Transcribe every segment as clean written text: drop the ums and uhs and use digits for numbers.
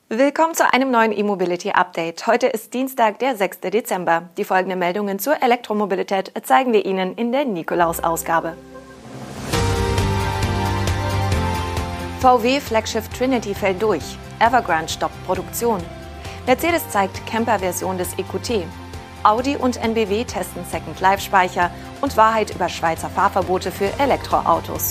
Willkommen zu einem neuen E-Mobility-Update. Heute ist Dienstag, der 6. Dezember. Die folgenden Meldungen zur Elektromobilität zeigen wir Ihnen in der Nikolaus-Ausgabe. VW-Flaggschiff Trinity fällt durch. Evergrande stoppt Produktion. Mercedes zeigt Camper-Version des EQT. Audi und NBW testen Second-Life-Speicher und Wahrheit über Schweizer Fahrverbote für Elektroautos.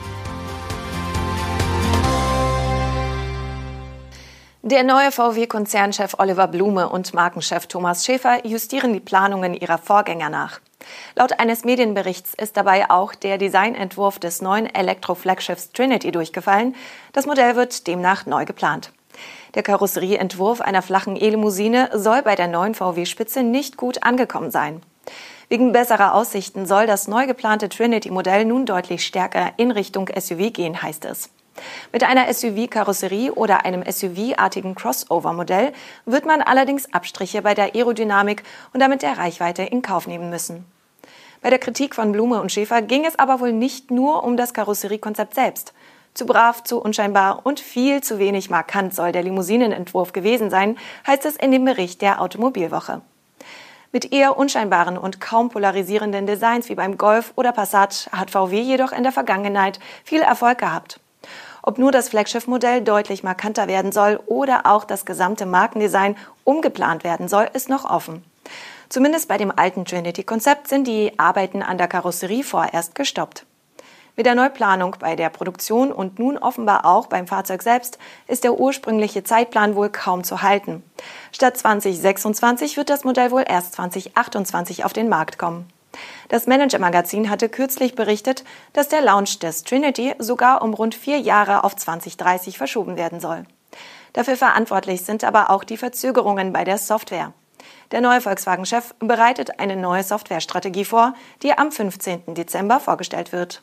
Der neue VW-Konzernchef Oliver Blume und Markenchef Thomas Schäfer justieren die Planungen ihrer Vorgänger nach. Laut eines Medienberichts ist dabei auch der Designentwurf des neuen Elektro-Flaggschiffs Trinity durchgefallen. Das Modell wird demnach neu geplant. Der Karosserieentwurf einer flachen E-Limousine soll bei der neuen VW-Spitze nicht gut angekommen sein. Wegen besserer Aussichten soll das neu geplante Trinity-Modell nun deutlich stärker in Richtung SUV gehen, heißt es. Mit einer SUV-Karosserie oder einem SUV-artigen Crossover-Modell wird man allerdings Abstriche bei der Aerodynamik und damit der Reichweite in Kauf nehmen müssen. Bei der Kritik von Blume und Schäfer ging es aber wohl nicht nur um das Karosseriekonzept selbst. Zu brav, zu unscheinbar und viel zu wenig markant soll der Limousinenentwurf gewesen sein, heißt es in dem Bericht der Automobilwoche. Mit eher unscheinbaren und kaum polarisierenden Designs wie beim Golf oder Passat hat VW jedoch in der Vergangenheit viel Erfolg gehabt. Ob nur das Flaggschiff-Modell deutlich markanter werden soll oder auch das gesamte Markendesign umgeplant werden soll, ist noch offen. Zumindest bei dem alten Trinity-Konzept sind die Arbeiten an der Karosserie vorerst gestoppt. Mit der Neuplanung bei der Produktion und nun offenbar auch beim Fahrzeug selbst ist der ursprüngliche Zeitplan wohl kaum zu halten. Statt 2026 wird das Modell wohl erst 2028 auf den Markt kommen. Das Manager-Magazin hatte kürzlich berichtet, dass der Launch des Trinity sogar um rund 4 Jahre auf 2030 verschoben werden soll. Dafür verantwortlich sind aber auch die Verzögerungen bei der Software. Der neue Volkswagen-Chef bereitet eine neue Softwarestrategie vor, die am 15. Dezember vorgestellt wird.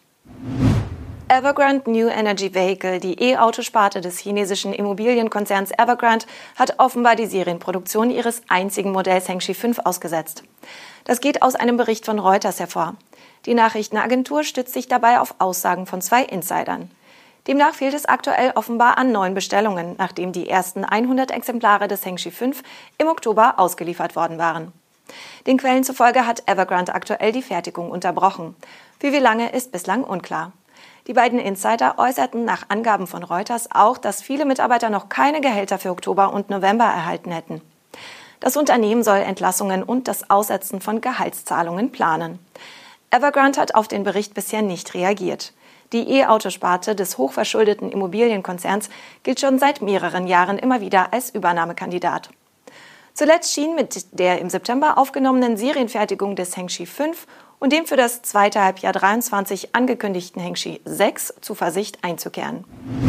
Evergrande New Energy Vehicle, die E-Auto-Sparte des chinesischen Immobilienkonzerns Evergrande, hat offenbar die Serienproduktion ihres einzigen Modells Hengqi 5 ausgesetzt. Das geht aus einem Bericht von Reuters hervor. Die Nachrichtenagentur stützt sich dabei auf Aussagen von 2 Insidern. Demnach fehlt es aktuell offenbar an neuen Bestellungen, nachdem die ersten 100 Exemplare des Hengqi 5 im Oktober ausgeliefert worden waren. Den Quellen zufolge hat Evergrande aktuell die Fertigung unterbrochen. Für wie lange ist bislang unklar. Die beiden Insider äußerten nach Angaben von Reuters auch, dass viele Mitarbeiter noch keine Gehälter für Oktober und November erhalten hätten. Das Unternehmen soll Entlassungen und das Aussetzen von Gehaltszahlungen planen. Evergrande hat auf den Bericht bisher nicht reagiert. Die E-Autosparte des hochverschuldeten Immobilienkonzerns gilt schon seit mehreren Jahren immer wieder als Übernahmekandidat. Zuletzt schien mit der im September aufgenommenen Serienfertigung des Hengqi 5 und dem für das zweite Halbjahr 23 angekündigten Hengqi 6 Zuversicht einzukehren.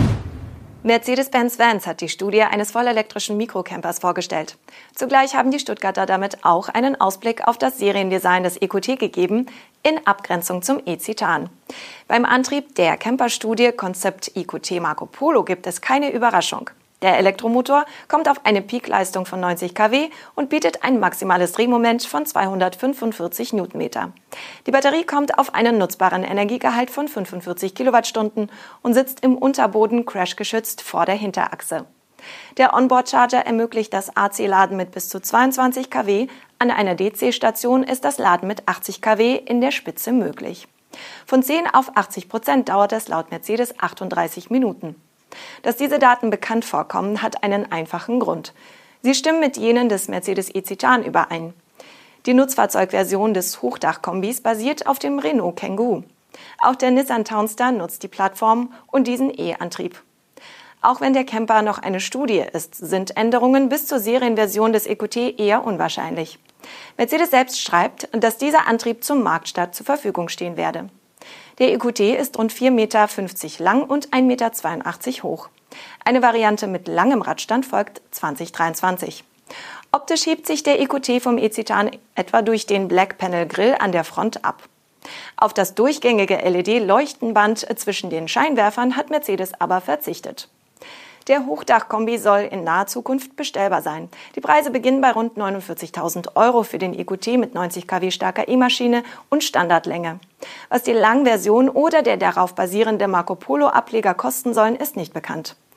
Mercedes-Benz-Vans hat die Studie eines vollelektrischen Mikrocampers vorgestellt. Zugleich haben die Stuttgarter damit auch einen Ausblick auf das Seriendesign des EQT gegeben, in Abgrenzung zum E-Citan. Beim Antrieb der Camperstudie Konzept EQT Marco Polo gibt es keine Überraschung. Der Elektromotor kommt auf eine Peakleistung von 90 kW und bietet ein maximales Drehmoment von 245 Newtonmeter. Die Batterie kommt auf einen nutzbaren Energiegehalt von 45 Kilowattstunden und sitzt im Unterboden crashgeschützt vor der Hinterachse. Der Onboard-Charger ermöglicht das AC-Laden mit bis zu 22 kW. An einer DC-Station ist das Laden mit 80 kW in der Spitze möglich. Von 10 auf 80% dauert es laut Mercedes 38 Minuten. Dass diese Daten bekannt vorkommen, hat einen einfachen Grund. Sie stimmen mit jenen des Mercedes E-Citan überein. Die Nutzfahrzeugversion des Hochdachkombis basiert auf dem Renault Kangoo. Auch der Nissan Townstar nutzt die Plattform und diesen E-Antrieb. Auch wenn der Camper noch eine Studie ist, sind Änderungen bis zur Serienversion des EQT eher unwahrscheinlich. Mercedes selbst schreibt, dass dieser Antrieb zum Marktstart zur Verfügung stehen werde. Der EQT ist rund 4,50 Meter lang und 1,82 Meter hoch. Eine Variante mit langem Radstand folgt 2023. Optisch hebt sich der EQT vom E-Citan etwa durch den Black Panel Grill an der Front ab. Auf das durchgängige LED-Leuchtenband zwischen den Scheinwerfern hat Mercedes aber verzichtet. Der Hochdachkombi soll in naher Zukunft bestellbar sein. Die Preise beginnen bei rund 49.000 € für den EQT mit 90 kW starker E-Maschine und Standardlänge. Was die Langversion oder der darauf basierende Marco Polo Ableger kosten sollen, ist nicht bekannt.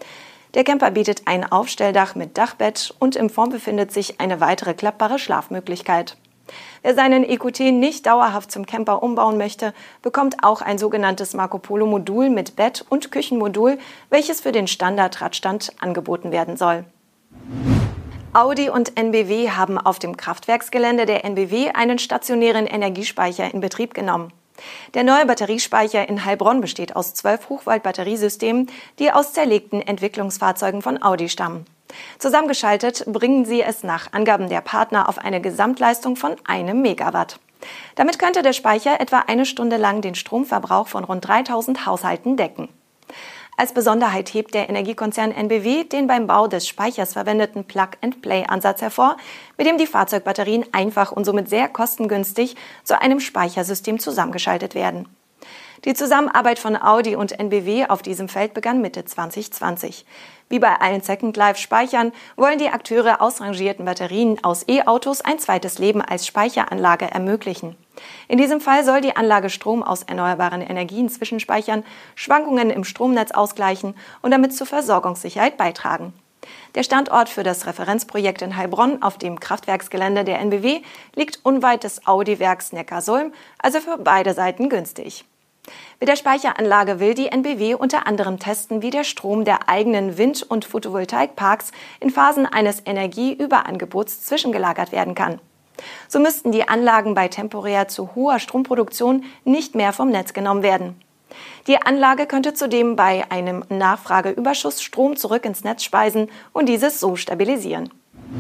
Der Camper bietet ein Aufstelldach mit Dachbett und im Vorn befindet sich eine weitere klappbare Schlafmöglichkeit. Wer seinen EQT nicht dauerhaft zum Camper umbauen möchte, bekommt auch ein sogenanntes Marco Polo Modul mit Bett und Küchenmodul, welches für den Standard-Radstand angeboten werden soll. Audi und NBW haben auf dem Kraftwerksgelände der NBW einen stationären Energiespeicher in Betrieb genommen. Der neue Batteriespeicher in Heilbronn besteht aus 12 Hochvolt-Batteriesystemen, die aus zerlegten Entwicklungsfahrzeugen von Audi stammen. Zusammengeschaltet bringen sie es nach Angaben der Partner auf eine Gesamtleistung von 1 Megawatt. Damit könnte der Speicher etwa eine Stunde lang den Stromverbrauch von rund 3000 Haushalten decken. Als Besonderheit hebt der Energiekonzern NBW den beim Bau des Speichers verwendeten Plug-and-Play-Ansatz hervor, mit dem die Fahrzeugbatterien einfach und somit sehr kostengünstig zu einem Speichersystem zusammengeschaltet werden. Die Zusammenarbeit von Audi und NBW auf diesem Feld begann Mitte 2020. Wie bei allen Second-Life-Speichern wollen die Akteure ausrangierten Batterien aus E-Autos ein zweites Leben als Speicheranlage ermöglichen. In diesem Fall soll die Anlage Strom aus erneuerbaren Energien zwischenspeichern, Schwankungen im Stromnetz ausgleichen und damit zur Versorgungssicherheit beitragen. Der Standort für das Referenzprojekt in Heilbronn auf dem Kraftwerksgelände der NBW liegt unweit des Audi-Werks Neckarsulm, also für beide Seiten günstig. Mit der Speicheranlage will die NBW unter anderem testen, wie der Strom der eigenen Wind- und Photovoltaikparks in Phasen eines Energieüberangebots zwischengelagert werden kann. So müssten die Anlagen bei temporär zu hoher Stromproduktion nicht mehr vom Netz genommen werden. Die Anlage könnte zudem bei einem Nachfrageüberschuss Strom zurück ins Netz speisen und dieses so stabilisieren.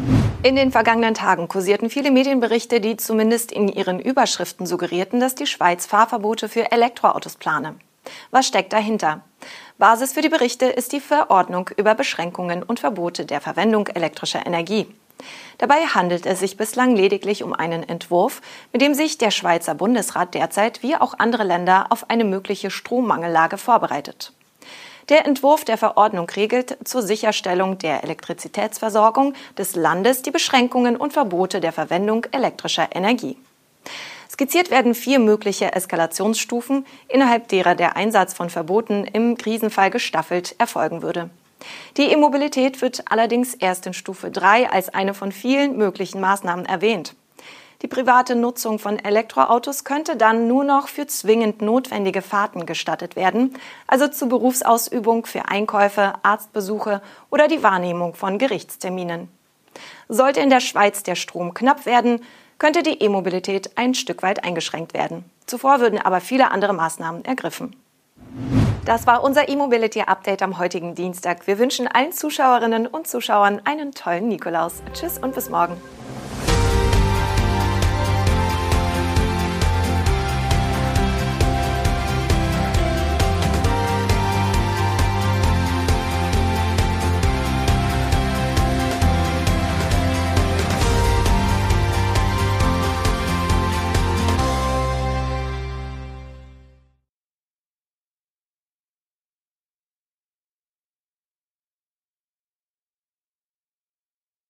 In den vergangenen Tagen kursierten viele Medienberichte, die zumindest in ihren Überschriften suggerierten, dass die Schweiz Fahrverbote für Elektroautos plane. Was steckt dahinter? Basis für die Berichte ist die Verordnung über Beschränkungen und Verbote der Verwendung elektrischer Energie. Dabei handelt es sich bislang lediglich um einen Entwurf, mit dem sich der Schweizer Bundesrat derzeit wie auch andere Länder auf eine mögliche Strommangellage vorbereitet. Der Entwurf der Verordnung regelt zur Sicherstellung der Elektrizitätsversorgung des Landes die Beschränkungen und Verbote der Verwendung elektrischer Energie. Skizziert werden 4 mögliche Eskalationsstufen, innerhalb derer der Einsatz von Verboten im Krisenfall gestaffelt erfolgen würde. Die E-Mobilität wird allerdings erst in Stufe 3 als eine von vielen möglichen Maßnahmen erwähnt. Die private Nutzung von Elektroautos könnte dann nur noch für zwingend notwendige Fahrten gestattet werden, also zur Berufsausübung, für Einkäufe, Arztbesuche oder die Wahrnehmung von Gerichtsterminen. Sollte in der Schweiz der Strom knapp werden, könnte die E-Mobilität ein Stück weit eingeschränkt werden. Zuvor würden aber viele andere Maßnahmen ergriffen. Das war unser E-Mobility-Update am heutigen Dienstag. Wir wünschen allen Zuschauerinnen und Zuschauern einen tollen Nikolaus. Tschüss und bis morgen.